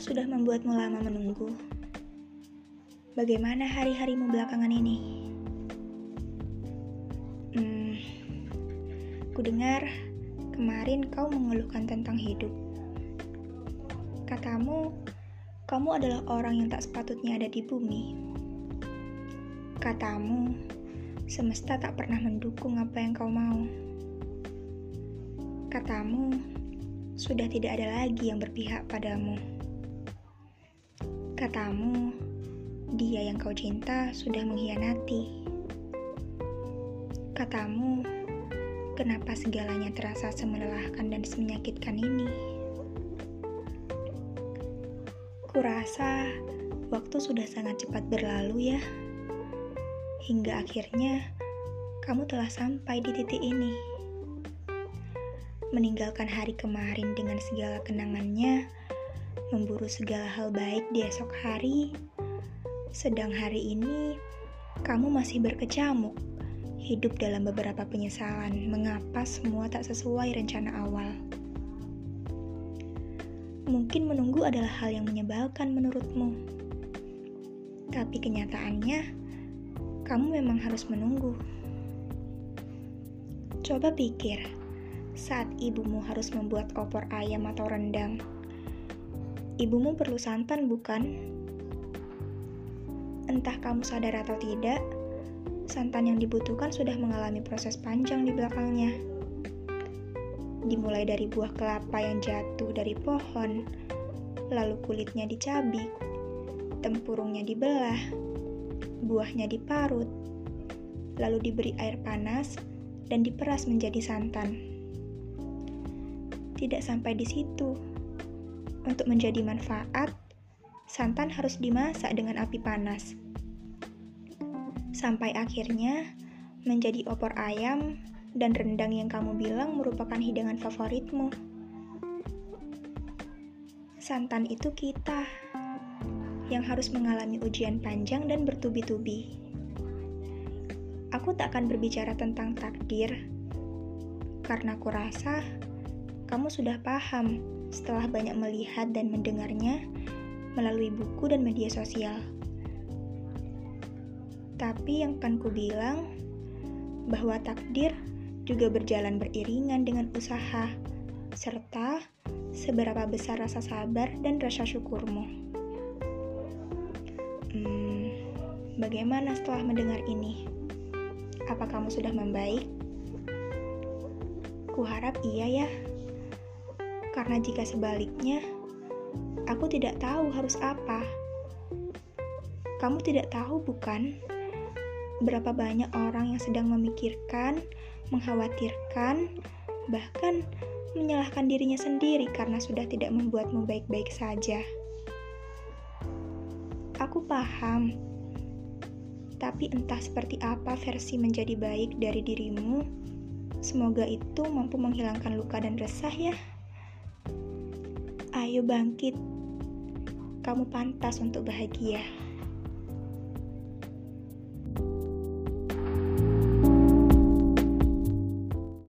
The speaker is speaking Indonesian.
sudah membuatmu lama menunggu. Bagaimana hari-harimu belakangan ini? Kudengar kemarin kau mengeluhkan tentang hidup. Katamu, kamu adalah orang yang tak sepatutnya ada di bumi. Katamu, semesta tak pernah mendukung apa yang kau mau. Katamu, sudah tidak ada lagi yang berpihak padamu. Katamu, dia yang kau cinta sudah mengkhianati. Katamu, kenapa segalanya terasa semelelahkan dan semenyakitkan ini? Kurasa waktu sudah sangat cepat berlalu ya. Hingga akhirnya kamu telah sampai di titik ini. Meninggalkan hari kemarin dengan segala kenangannya, memburu segala hal baik di esok hari, sedang hari ini kamu masih berkecamuk, hidup dalam beberapa penyesalan mengapa semua tak sesuai rencana awal. Mungkin menunggu adalah hal yang menyebalkan menurutmu, tapi kenyataannya kamu memang harus menunggu. Coba pikir, saat ibumu harus membuat opor ayam atau rendang, ibumu perlu santan bukan? Entah kamu sadar atau tidak, santan yang dibutuhkan sudah mengalami proses panjang di belakangnya. Dimulai dari buah kelapa yang jatuh dari pohon, lalu kulitnya dicabik, tempurungnya dibelah, buahnya diparut, lalu diberi air panas dan diperas menjadi santan. Tidak sampai di situ. Untuk menjadi manfaat, santan harus dimasak dengan api panas. Sampai akhirnya menjadi opor ayam dan rendang yang kamu bilang merupakan hidangan favoritmu. Santan itu kita yang harus mengalami ujian panjang dan bertubi-tubi. Aku tak akan berbicara tentang takdir, karena aku rasa kamu sudah paham setelah banyak melihat dan mendengarnya melalui buku dan media sosial. Tapi yang akan ku bilang, bahwa takdir juga berjalan beriringan dengan usaha, serta seberapa besar rasa sabar dan rasa syukurmu. Bagaimana setelah mendengar ini? Apa kamu sudah membaik? Kuharap iya ya. Karena jika sebaliknya, aku tidak tahu harus apa. Kamu tidak tahu bukan? Berapa banyak orang yang sedang memikirkan, mengkhawatirkan, bahkan menyalahkan dirinya sendiri karena sudah tidak membuatmu baik-baik saja. Aku paham, tapi entah seperti apa versi menjadi baik dari dirimu, semoga itu mampu menghilangkan luka dan resah ya. Ayo bangkit, kamu pantas untuk bahagia.